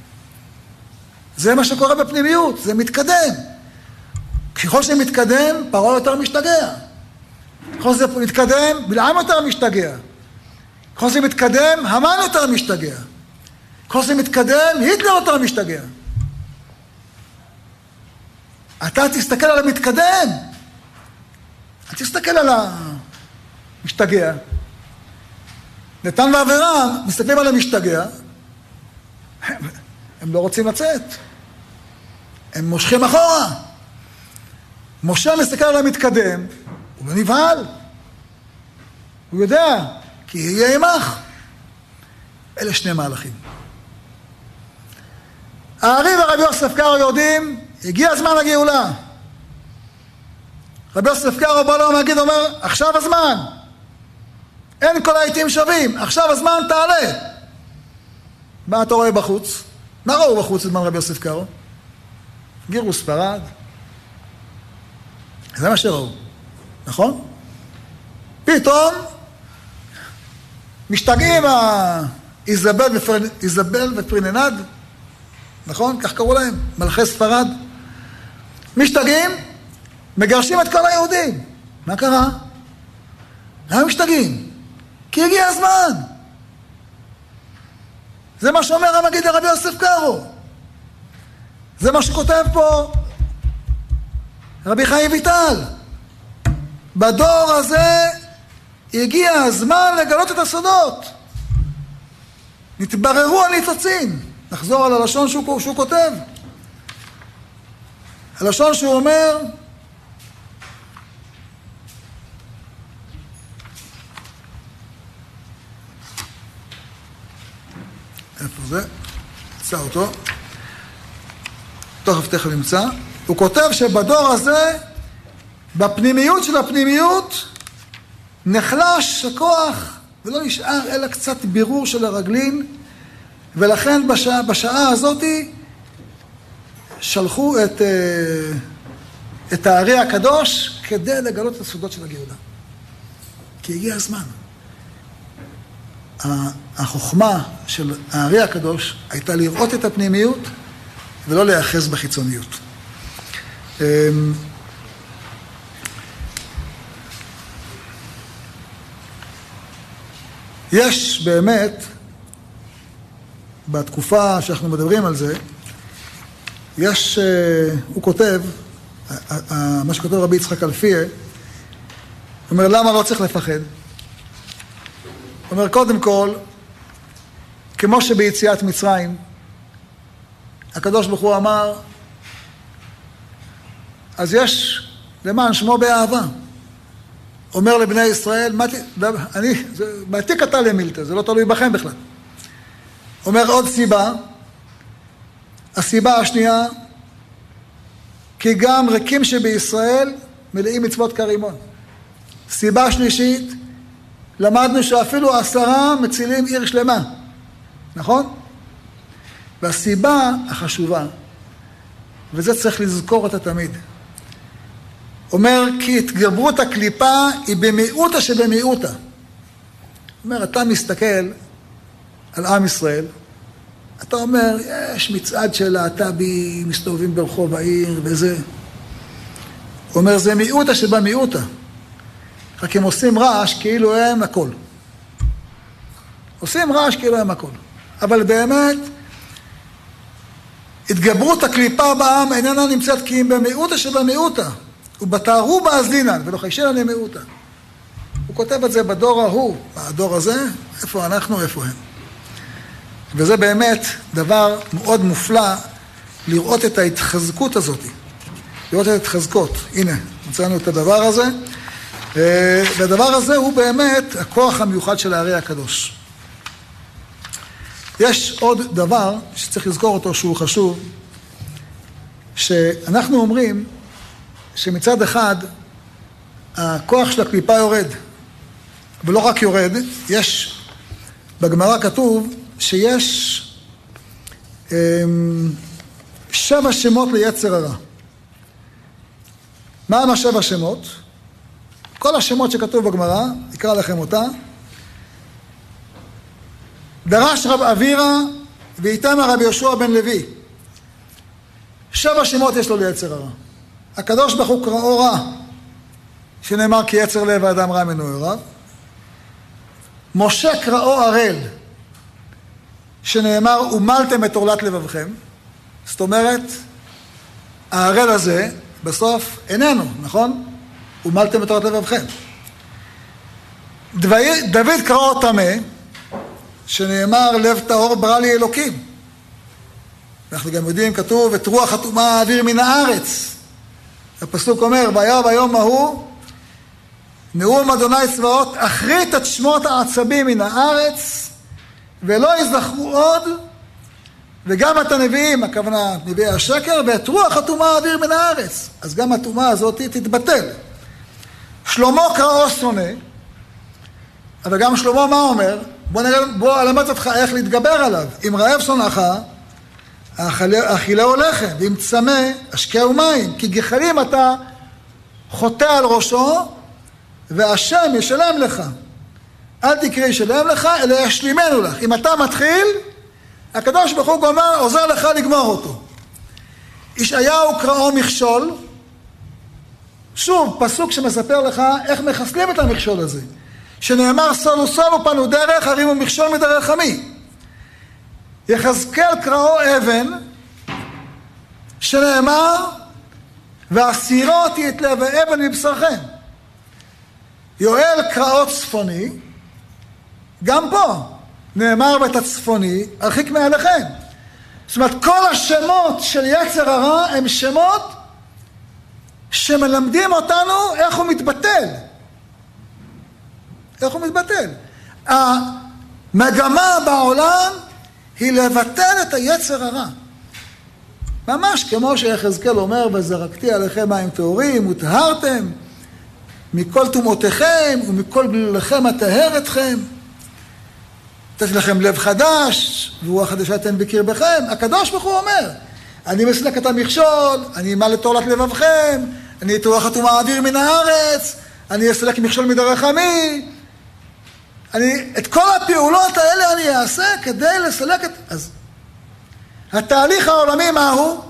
זה מה שקורה בפנימיות, זה מתקדם. ככל שזה מתקדם, פרעה יותר משתגע. ככל שזה מתקדם, בלעם יותר משתגע. ככל שזה מתקדם, המן יותר משתגע. ככל שזה מתקדם, היטלר יותר משתגע. אתה תסתכל על המתקדם. אתה תסתכל על המשתגע. נתן ואברהם מסתכלים על המשתגע. הם, הם לא רוצים לצאת. הם מושכים אחורה. משה מסתכל על המתקדם, הוא לא נבהל. הוא יודע, כי יהיה עמך. אלה שני מהלכים. הארי ורבי יוסף קארו יודעים, הגיע הזמן לגאולה. רבי יוסף קארו בא לו המגיד, אומר, עכשיו הזמן. אין כל העיתים שווים, עכשיו הזמן תעלה. מה אתה רואה בחוץ? מה ראו בחוץ בזמן רבי יוסף קארו? גירוש ספרד. זה מה שראו, נכון? פתאום משתגעים איזבל, ופר... איזבל ופריננד, נכון? כך קראו להם, מלכי ספרד. משתגעים, מגרשים את כל היהודים. מה קרה? למה משתגעים? כי הגיע הזמן. זה מה שאומר המגיד לרבי יוסף קארו. זה מה שכותב פה רבי חיים ויטל. בדור הזה הגיע הזמן לגלות את הסודות. נתבררו הניצוצים. נחזור על הלשון שהוא, שהוא כותב. הלשון שהוא אומר, איפה זה? נמצא אותו. תכף תכף נמצא. הוא כותב שבדור הזה, בפנימיות של הפנימיות, נחלש הכוח, ולא נשאר אלא קצת בירור של הרגלין, ולכן בשעה, בשעה הזאת שלחו את, את הארי הקדוש כדי לגלות את הסודות של הגאולה. כי הגיע הזמן. החוכמה של הארי הקדוש הייתה לראות את הפנימיות ולא להיאחז בחיצוניות. יש באמת בתקופה שאנחנו מדברים על זה, יש, הוא כותב, מה שכותב רבי יצחק אלפיה, הוא אומר, למה לא צריך לפחד? הוא אומר, קודם כל, כמו שביציאת מצרים, הקדוש ברוך הוא אמר, אז יש למען שמו באהבה. אומר לבני ישראל, אני, מעתיק אתה למילתא, זה לא תלוי בכם בכלל. אומר עוד סיבה, הסיבה השנייה, כי גם ריקים שבישראל מלאים מצוות כרימון. סיבה שלישית, למדנו שאפילו עשרה מצילים עיר שלמה, נכון? והסיבה החשובה, וזה צריך לזכור אותה תמיד, אומר, כי התגברות הקליפה היא במיעוטה שבמיעוטה. אומר, אתה מסתכל על עם ישראל, אתה אומר, יש מצעד של להט"בים מסתובבים ברחוב העיר וזה. הוא אומר, זה מיעוטה שבמיעוטה. רק הם עושים רעש כאילו הם הכל. עושים רעש כאילו הם הכל. אבל באמת, התגברות הקליפה בעם איננה נמצאת כי הם במיעוטה שבמיעוטה. ובתארו באזלינן, ולא חיישנה למיעוטה. הוא כותב את זה בדור ההוא, בדור הזה, איפה אנחנו, איפה הם. וזה באמת דבר מאוד מופלא לראות את ההתחזקות הזאת. לראות את ההתחזקות. הנה, מצאנו את הדבר הזה. והדבר הזה הוא באמת הכוח המיוחד של הערי הקדוש. יש עוד דבר שצריך לזכור אותו שהוא חשוב, שאנחנו אומרים שמצד אחד הכוח של הקליפה יורד, ולא רק יורד, יש, בגמרא כתוב שיש שבע שמות ליצר הרע. מה הם השבע שמות? כל השמות שכתוב בגמרא, אקרא לכם אותה. דרש רב אבירה ואיתמר רבי יהושע בן לוי. שבע שמות יש לו ליצר הרע. הקדוש ברוך הוא קראו רע, שנאמר כי יצר לב האדם רע ממנו יורד. משה קראו ערל, שנאמר ומלתם את עורלת לבבכם. זאת אומרת, הערל הזה בסוף איננו, נכון? ומלתם את עורלת לבבכם. דוד קראו טמא, שנאמר לב טהור ברא לי אלוקים. אנחנו גם יודעים, כתוב, את רוח הטומאה האוויר מן הארץ. הפסוק אומר, וירא ביום ההוא, נאום אדוני צבאות, אחרית את שמות העצבים מן הארץ, ולא יזכרו עוד, וגם את הנביאים, הכוונה נביאי השקר, ואת רוח הטומאה האוויר מן הארץ. אז גם הטומאה הזאת תתבטל. שלמה קראו שונא, אבל גם שלמה מה אומר? בוא נראה, בוא אלמד אותך איך להתגבר עליו. אם רעב שונאך, אכילהו לחם, ואם צמא, השקהו מים, כי גחלים אתה חוטא על ראשו, והשם ישלם לך. אל תקרא ישלם לך, אלא ישלימנו לך. אם אתה מתחיל, הקדוש ברוך הוא גומר, עוזר לך לגמור אותו. ישעיהו קראו מכשול, שוב, פסוק שמספר לך איך מחסלים את המכשול הזה. שנאמר סולו סולו פנו דרך, הרימו מכשול מדרך עמי. יחזקאל קראו אבן, שנאמר, והסירות יתלב האבן מבשרכם. יואל קראו צפוני, גם פה נאמר ואת הצפוני, הרחיק מעליכם. זאת אומרת, כל השמות של יצר הרע הם שמות שמלמדים אותנו איך הוא מתבטל. איך הוא מתבטל? המגמה בעולם היא לבטל את היצר הרע. ממש כמו שיחזקאל אומר, וזרקתי עליכם מים טהורים, וטהרתם מכל טומאותיכם ומכל גלולכם אטהר אתכם. נתתי לכם לב חדש, ורוח חדשה אתן בקרבכם. הקדוש ברוך הוא אומר, אני מסלק את המכשול, אני אמל את עורלת לבבכם, אני את רוח הטומאה האוויר מן הארץ, אני אסלק מכשול מדרך עמי. אני, את כל הפעולות האלה אני אעשה כדי לסלק את... אז התהליך העולמי מהו?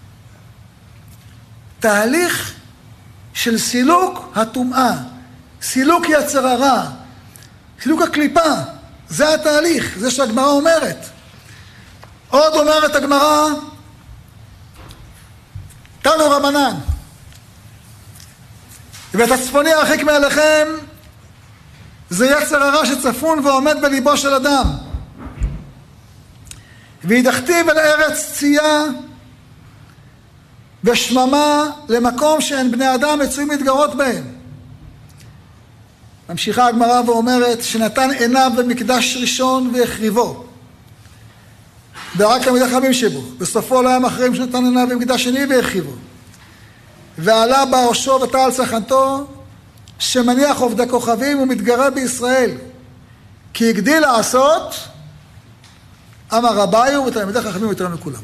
תהליך של סילוק הטומאה, סילוק יצר הרע, סילוק הקליפה. זה התהליך, זה שהגמרא אומרת. עוד אומרת הגמרא, תנו רבנן, ואת הצפוני הרחיק מעליכם, זה יצר הרע שצפון ועומד בליבו של אדם. והידחתיו אל ארץ צייה ושממה למקום שאין בני אדם מצויים להתגרות בהם. ממשיכה הגמרא ואומרת שנתן עיניו במקדש ראשון והחריבו. ורק תלמידי חכמים שבו. בסופו לא היה מחרים שנתן עיניו במקדש שני והחריבו. ועלה בראשו ותעל צחנתו שמניח עובדי כוכבים ומתגרה בישראל. כי הגדיל לעשות אמר רביו ותלמידי חכמים יותר מכולם.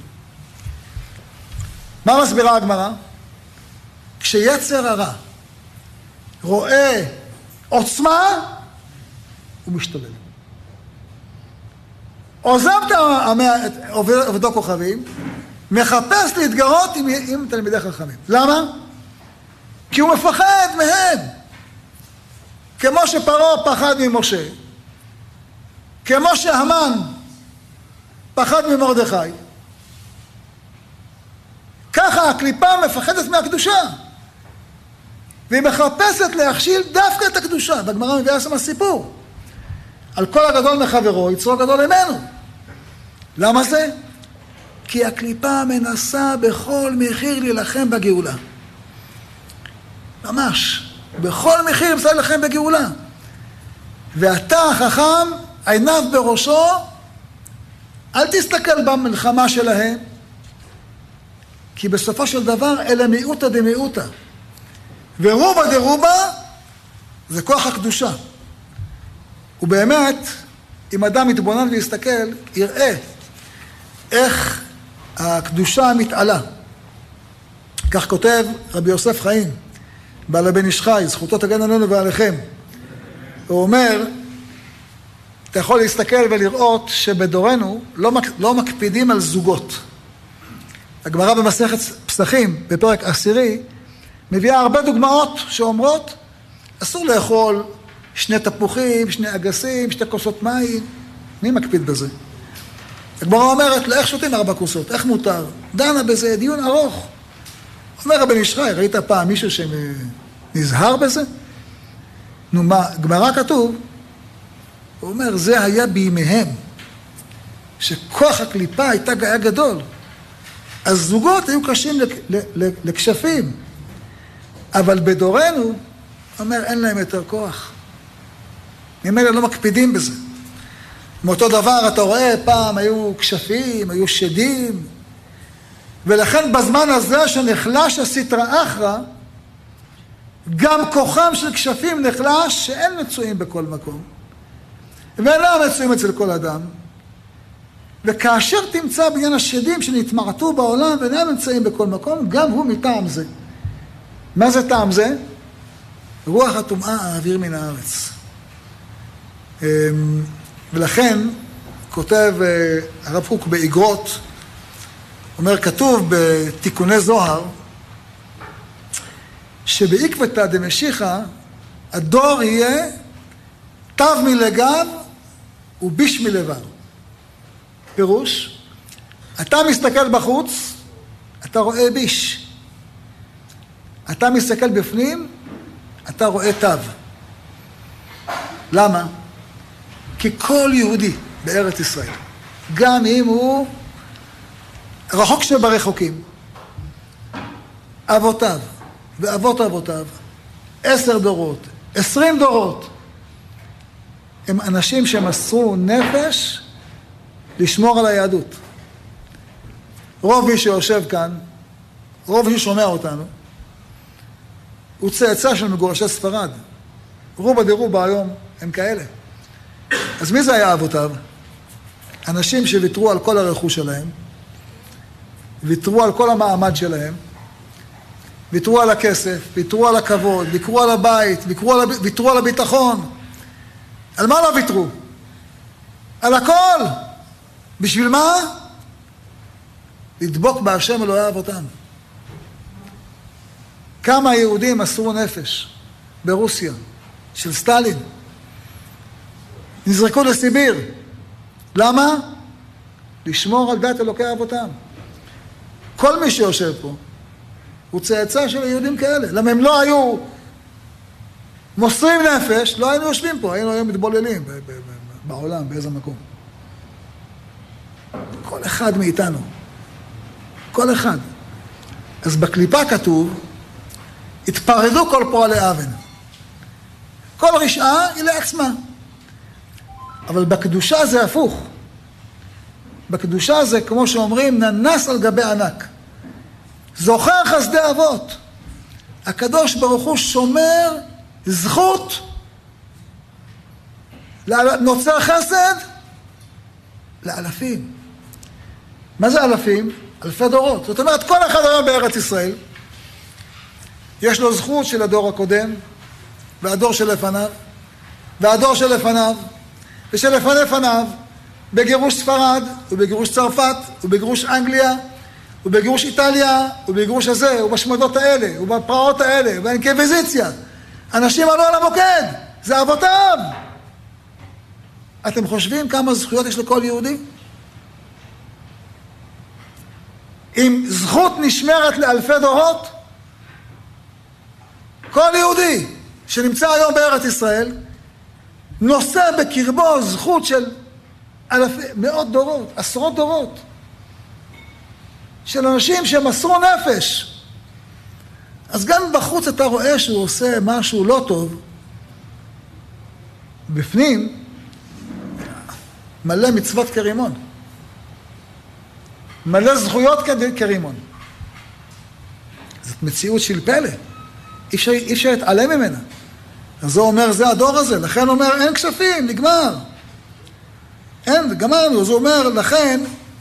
מה מסבירה הגמרא? כשיצר הרע רואה עוצמה, הוא משתולל. עוזב את עובדו כוכבים, מחפש להתגרות עם, עם תלמידי חכמים. למה? כי הוא מפחד מהם. כמו שפרעה פחד ממשה, כמו שהמן פחד ממרדכי, ככה הקליפה מפחדת מהקדושה. והיא מחפשת להכשיל דווקא את הקדושה. והגמרא מביאה שם הסיפור. על כל הגדול מחברו, יצרו הגדול ממנו. למה זה? כי הקליפה מנסה בכל מחיר להילחם בגאולה. ממש. בכל מחיר מנסה להילחם בגאולה. ואתה החכם, עיניו בראשו, אל תסתכל במלחמה שלהם, כי בסופו של דבר אלה מיעוטה דמיעוטה. ורובה דרובה זה כוח הקדושה. ובאמת, אם אדם מתבונן ויסתכל, יראה איך הקדושה מתעלה. כך כותב רבי יוסף חיים, בעל הבן איש חי, זכותו תגן עלינו ועליכם. הוא אומר, אתה יכול להסתכל ולראות שבדורנו לא, מק, לא מקפידים על זוגות. הגמרא במסכת פסחים, בפרק עשירי, מביאה הרבה דוגמאות שאומרות, אסור לאכול שני תפוחים, שני אגסים, שתי כוסות מים. מי מקפיד בזה? הגמרא אומרת, לא, איך שותים ארבע כוסות? איך מותר? דנה בזה, דיון ארוך. אומר רבי איש חי, ראית פעם מישהו שנזהר בזה? נו מה, גמרא כתוב, הוא אומר, זה היה בימיהם, שכוח הקליפה הייתה היה גדול. הזוגות היו קשים לכשפים, אבל בדורנו, אומר, אין להם יותר כוח. ממילא לא מקפידים בזה. מאותו דבר, אתה רואה, פעם היו כשפים, היו שדים, ולכן בזמן הזה שנחלש הסטרא אחרא, גם כוחם של כשפים נחלש שאין מצויים בכל מקום. ואינם מצויים אצל כל אדם. וכאשר תמצא בעניין השדים שנתמעטו בעולם ואינם נמצאים בכל מקום, גם הוא מטעם זה. מה זה טעם זה? רוח הטומאה האוויר מן הארץ. ולכן כותב הרב קוק באגרות, אומר, כתוב בתיקוני זוהר, שבעקבתא דמשיחא הדור יהיה תו מלגב וביש מלבב. פירוש, אתה מסתכל בחוץ, אתה רואה ביש. אתה מסתכל בפנים, אתה רואה תו. למה? כי כל יהודי בארץ ישראל, גם אם הוא רחוק שברחוקים, אבותיו ואבות אבותיו, עשר דורות, עשרים דורות, הם אנשים שמסרו נפש לשמור על היהדות. רוב מי שיושב כאן, רוב מי ששומע אותנו, הוא צאצא של מגורשי ספרד. רובה דרובה היום הם כאלה. אז מי זה היה אבותיו? אנשים שוויתרו על כל הרכוש שלהם, ויתרו על כל המעמד שלהם, ויתרו על הכסף, ויתרו על הכבוד, ויתרו על הבית, ויתרו על, הב... ויתרו על הביטחון. על מה לא ויתרו? על הכל. בשביל מה? לדבוק בהשם אלוהי אבותם. כמה יהודים מסרו נפש ברוסיה של סטלין. נזרקו לסיביר. למה? לשמור על דת אלוקי אבותם. כל מי שיושב פה הוא צאצא של היהודים כאלה. למה הם לא היו מוסרים נפש, לא היינו יושבים פה, היינו היום מתבוללים בעולם, באיזה מקום. כל אחד מאיתנו. כל אחד. אז בקליפה כתוב, התפרדו כל פועלי אבן. כל רשעה היא לעצמה. אבל בקדושה זה הפוך. בקדושה זה, כמו שאומרים, ננס על גבי ענק. זוכר חסדי אבות. הקדוש ברוך הוא שומר זכות נוצר חסד לאלפים. מה זה אלפים? אלפי דורות. זאת אומרת, כל אחד היום בארץ ישראל, יש לו זכות של הדור הקודם, והדור שלפניו, והדור שלפניו, ושלפני לפניו, בגירוש ספרד, ובגירוש צרפת, ובגירוש אנגליה, ובגירוש איטליה, ובגירוש הזה, ובשמדות האלה, ובפרעות האלה, ובאינקוויזיציה. אנשים עלו על המוקד, זה אבותיו. אתם חושבים כמה זכויות יש לכל יהודי? אם זכות נשמרת לאלפי דורות, כל יהודי שנמצא היום בארץ ישראל, נושא בקרבו זכות של אלפי, מאות דורות, עשרות דורות, של אנשים שמסרו נפש. אז גם בחוץ אתה רואה שהוא עושה משהו לא טוב, בפנים מלא מצוות כרימון. מלא זכויות כרימון. זאת מציאות של פלא. אי אפשר, אי אפשר להתעלם ממנה. אז זה אומר, זה הדור הזה. לכן אומר, אין כשפים, נגמר. אין, גמרנו. אז הוא אומר, לכן,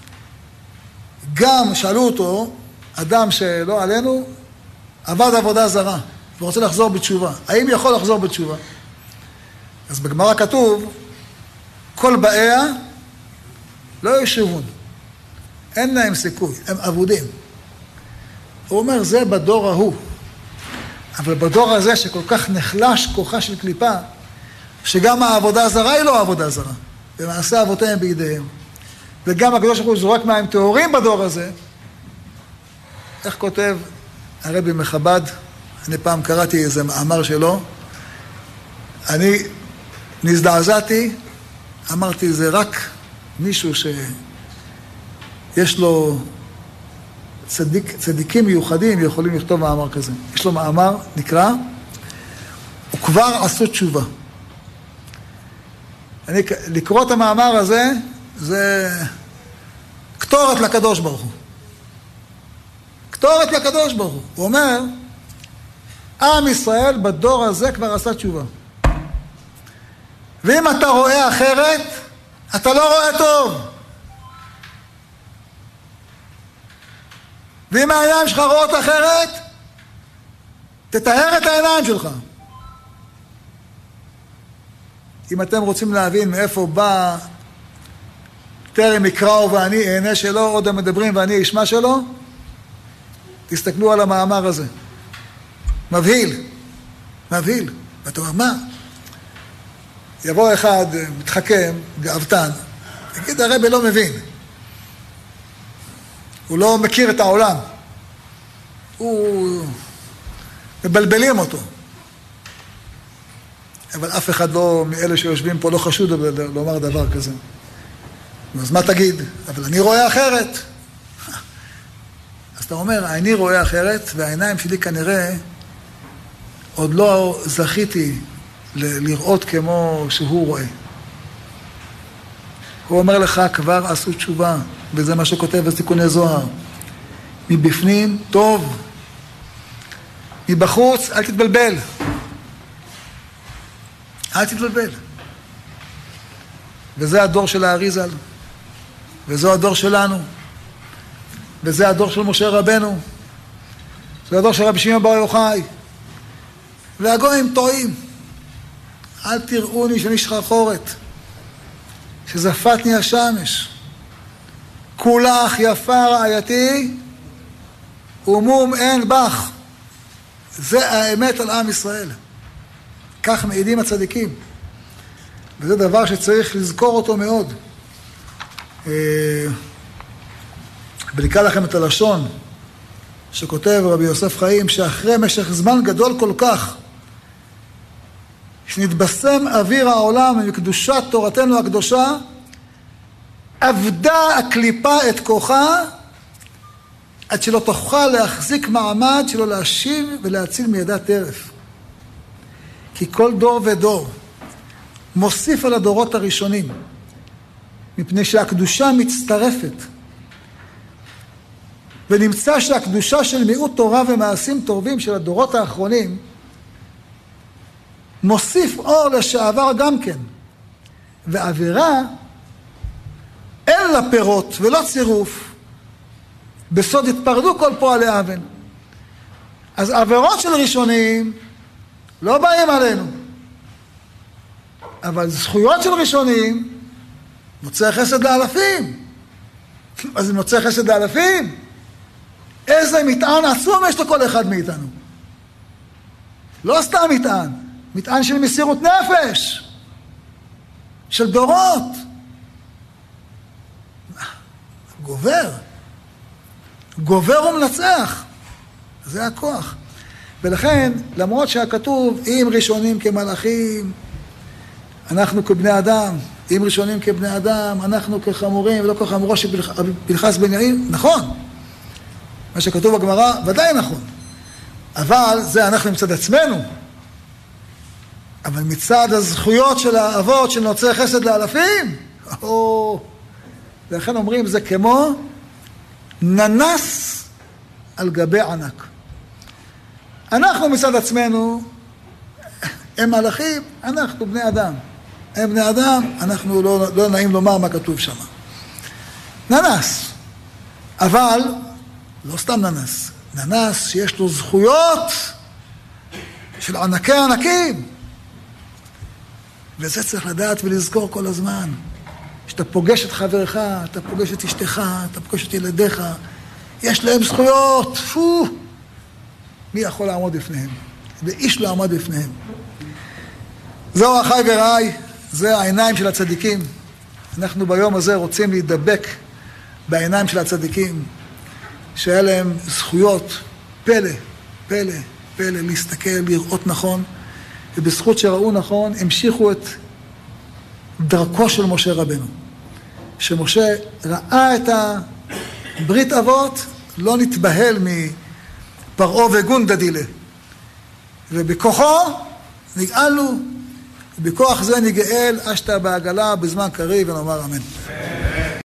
גם שאלו אותו, אדם שלא עלינו, עבד עבודה זרה, ורוצה לחזור בתשובה. האם יכול לחזור בתשובה? אז בגמרא כתוב, כל באיה לא ישובון. אין להם סיכוי, הם עבודים. הוא אומר, זה בדור ההוא. אבל בדור הזה שכל כך נחלש כוחה של קליפה, שגם העבודה הזרה היא לא העבודה הזרה. ומעשה אבותיהם בידיהם. וגם הקדוש ברוך הוא זורק מים טהורים בדור הזה. איך כותב הרבי מחב"ד? אני פעם קראתי איזה מאמר שלו. אני נזדעזעתי, אמרתי, זה רק מישהו שיש לו צדיק, צדיקים מיוחדים יכולים לכתוב מאמר כזה. יש לו מאמר, נקרא, וכבר עשו תשובה. אני, לקרוא את המאמר הזה, זה כתורת לקדוש ברוך הוא. כתורת לקדוש ברוך הוא. הוא אומר, עם ישראל בדור הזה כבר עשה תשובה. ואם אתה רואה אחרת, אתה לא רואה טוב. ואם העיניים שלך רואות אחרת, תטהר את העיניים שלך. אם אתם רוצים להבין מאיפה בא טרם יקראו ואני אענה שלו, עוד המדברים ואני אשמע שלו, תסתכלו על המאמר הזה. מבהיל. מבהיל. ואתה אומר, מה? יבוא אחד, מתחכם, גאוותן, יגיד, הרבי לא מבין. הוא לא מכיר את העולם. הוא... מבלבלים אותו. אבל אף אחד לא, מאלה שיושבים פה, לא חשוד לומר דבר כזה. אז מה תגיד? אבל אני רואה אחרת. אז אתה אומר, אני רואה אחרת, והעיניים שלי כנראה עוד לא זכיתי ל- לראות כמו שהוא רואה. הוא אומר לך, כבר עשו תשובה, וזה מה שכותב בתיקוני זוהר. מבפנים, טוב. מבחוץ, אל תתבלבל. אל תתבלבל. וזה הדור של האריזל, וזה הדור שלנו, וזה הדור של משה רבנו, זה הדור של רבי שמעון בר יוחאי. והגויים טועים. אל תראוני שאני שחרחורת, שזפתני השמש. כולך יפה רעייתי, ומום אין בך. זה האמת על עם ישראל. כך מעידים הצדיקים. וזה דבר שצריך לזכור אותו מאוד. ונקרא לכם את הלשון שכותב רבי יוסף חיים, שאחרי משך זמן גדול כל כך, שנתבשם אוויר העולם מקדושת תורתנו הקדושה, עבדה הקליפה את כוחה, עד שלא תוכל להחזיק מעמד, שלא להשיב ולהציל מידה טרף. כי כל דור ודור מוסיף על הדורות הראשונים, מפני שהקדושה מצטרפת. ונמצא שהקדושה של מיעוט תורה ומעשים טובים של הדורות האחרונים, מוסיף אור לשעבר גם כן. ועבירה אין לה פירות ולא צירוף. בסוד התפרדו כל פועלי אבן. אז עבירות של ראשונים לא באים עלינו. אבל זכויות של ראשונים מוצא חסד לאלפים. אז אם מוצא חסד לאלפים, איזה מטען עצום יש לכל אחד מאיתנו. לא סתם מטען, מטען של מסירות נפש, של דורות. גובר. גובר ומנצח. זה הכוח. ולכן, למרות שהכתוב, אם ראשונים כמלאכים, אנחנו כבני אדם, אם ראשונים כבני אדם, אנחנו כחמורים, ולא כחמורו שבלחס בן יאיר, נכון. מה שכתוב בגמרא, ודאי נכון. אבל זה אנחנו מצד עצמנו. אבל מצד הזכויות של האבות, של נוצרי חסד לאלפים, או... ולכן אומרים, זה כמו ננס על גבי ענק. אנחנו מצד עצמנו, הם מלאכים, אנחנו בני אדם. הם בני אדם, אנחנו לא, לא נעים לומר מה כתוב שם. ננס. אבל, לא סתם ננס. ננס שיש לו זכויות של ענקי ענקים. וזה צריך לדעת ולזכור כל הזמן. שאתה פוגש את חברך, אתה פוגש את אשתך, אתה פוגש את ילדיך, יש להם זכויות. פו! מי יכול לעמוד בפניהם? ואיש לא עמד בפניהם. זהו אחי ורעי, זה העיניים של הצדיקים. אנחנו ביום הזה רוצים להידבק בעיניים של הצדיקים, שהיה להם זכויות, פלא, פלא, פלא, להסתכל, לראות נכון, ובזכות שראו נכון, המשיכו את דרכו של משה רבנו. שמשה ראה את הברית אבות, לא נתבהל מפרעה וגון דדילה. ובכוחו נגאלנו, ובכוח זה נגאל אשתה בעגלה בזמן קריב, ונאמר אמן.